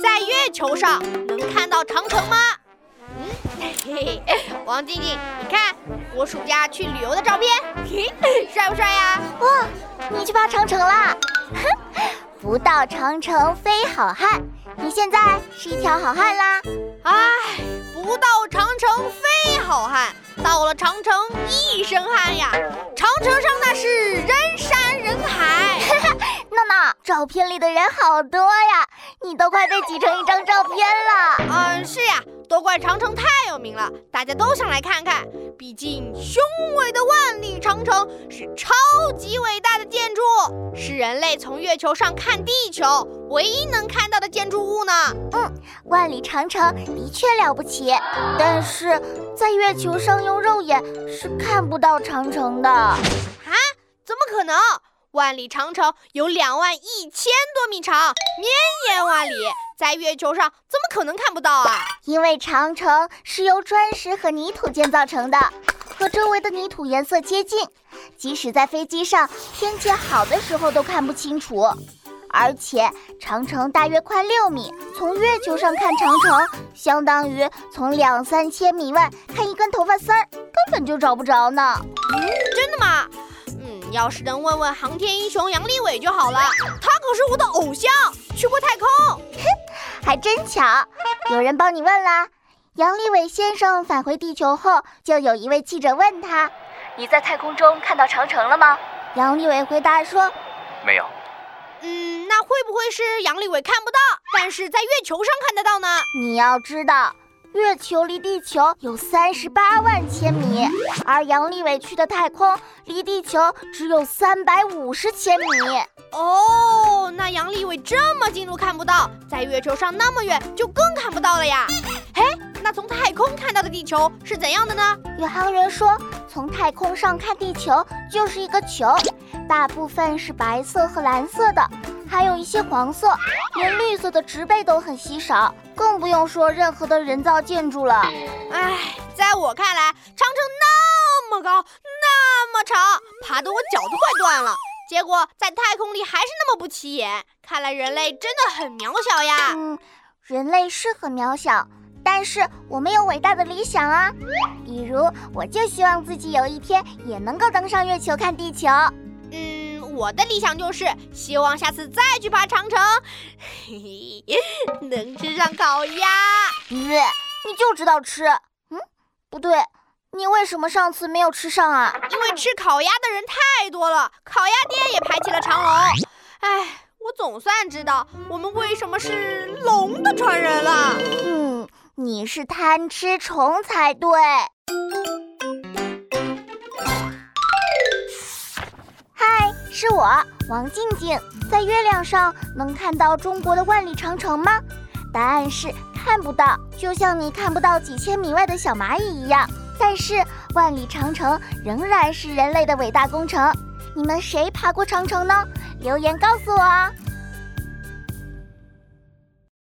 在月球上能看到长城吗？嘿嘿，王静静，你看我暑假去旅游的照片，帅不帅呀？ 哇，你去爬长城啦？哼，不到长城非好汉，你现在是一条好汉啦。 不到长城非好汉，到了长城一身汗呀！长城上那是人山人海。 闹闹，照片里的人好多呀，你都快被挤成一张照片了。 是呀，都怪长城太有名了，大家都想来看看。毕竟雄伟的万里长城是超级伟大的建筑，是人类从月球上看地球唯一能看到的建筑物呢。 万里长城的确了不起，但是在月球上用肉眼是看不到长城的。 怎么可能？万里长城有21000多米长，绵延万里，在月球上怎么可能看不到啊？ 因为长城是由砖石和泥土建造成的，和周围的泥土颜色接近，即使在飞机上天气好的时候都看不清楚。而且长城大约快6米，从月球上看长城，相当于从2-3千米外看一根头发丝儿，根本就找不着呢。 真的吗？要是能问问航天英雄杨利伟就好了，他可是我的偶像，去过太空。 还真巧，有人帮你问啦。杨利伟先生返回地球后，就有一位记者问他：“你在太空中看到长城了吗？”杨利伟回答说：“ 没有。” 那会不会是杨利伟看不到，但是在月球上看得到呢？ 你要知道，月球离地球有38万千米，而杨利伟去的太空离地球只有350千米。 那杨利伟这么近都看不到，在月球上那么远就更看不到了呀。那从太空看到的地球是怎样的呢？ 宇航员说，从太空上看地球就是一个球，大部分是白色和蓝色的，还有一些黄色，连绿色的植被都很稀少，更不用说任何的人造建筑了。 在我看来，长城那么高那么长，爬得我脚都快断了，结果在太空里还是那么不起眼，看来人类真的很渺小呀。 人类是很渺小，但是我们有伟大的理想啊。比如我就希望自己有一天也能够登上月球看地球。 我的理想就是希望下次再去爬长城，能吃上烤鸭。 你就知道吃。不对，你为什么上次没有吃上啊？ 因为吃烤鸭的人太多了，烤鸭店也排起了长龙。我总算知道我们为什么是龙的传人了。 你是贪吃虫才对。嗨，是我王静静。在月亮上能看到中国的万里长城吗？答案是看不到，就像你看不到几千米外的小蚂蚁一样。但是万里长城仍然是人类的伟大工程。你们谁爬过长城呢？留言告诉我啊。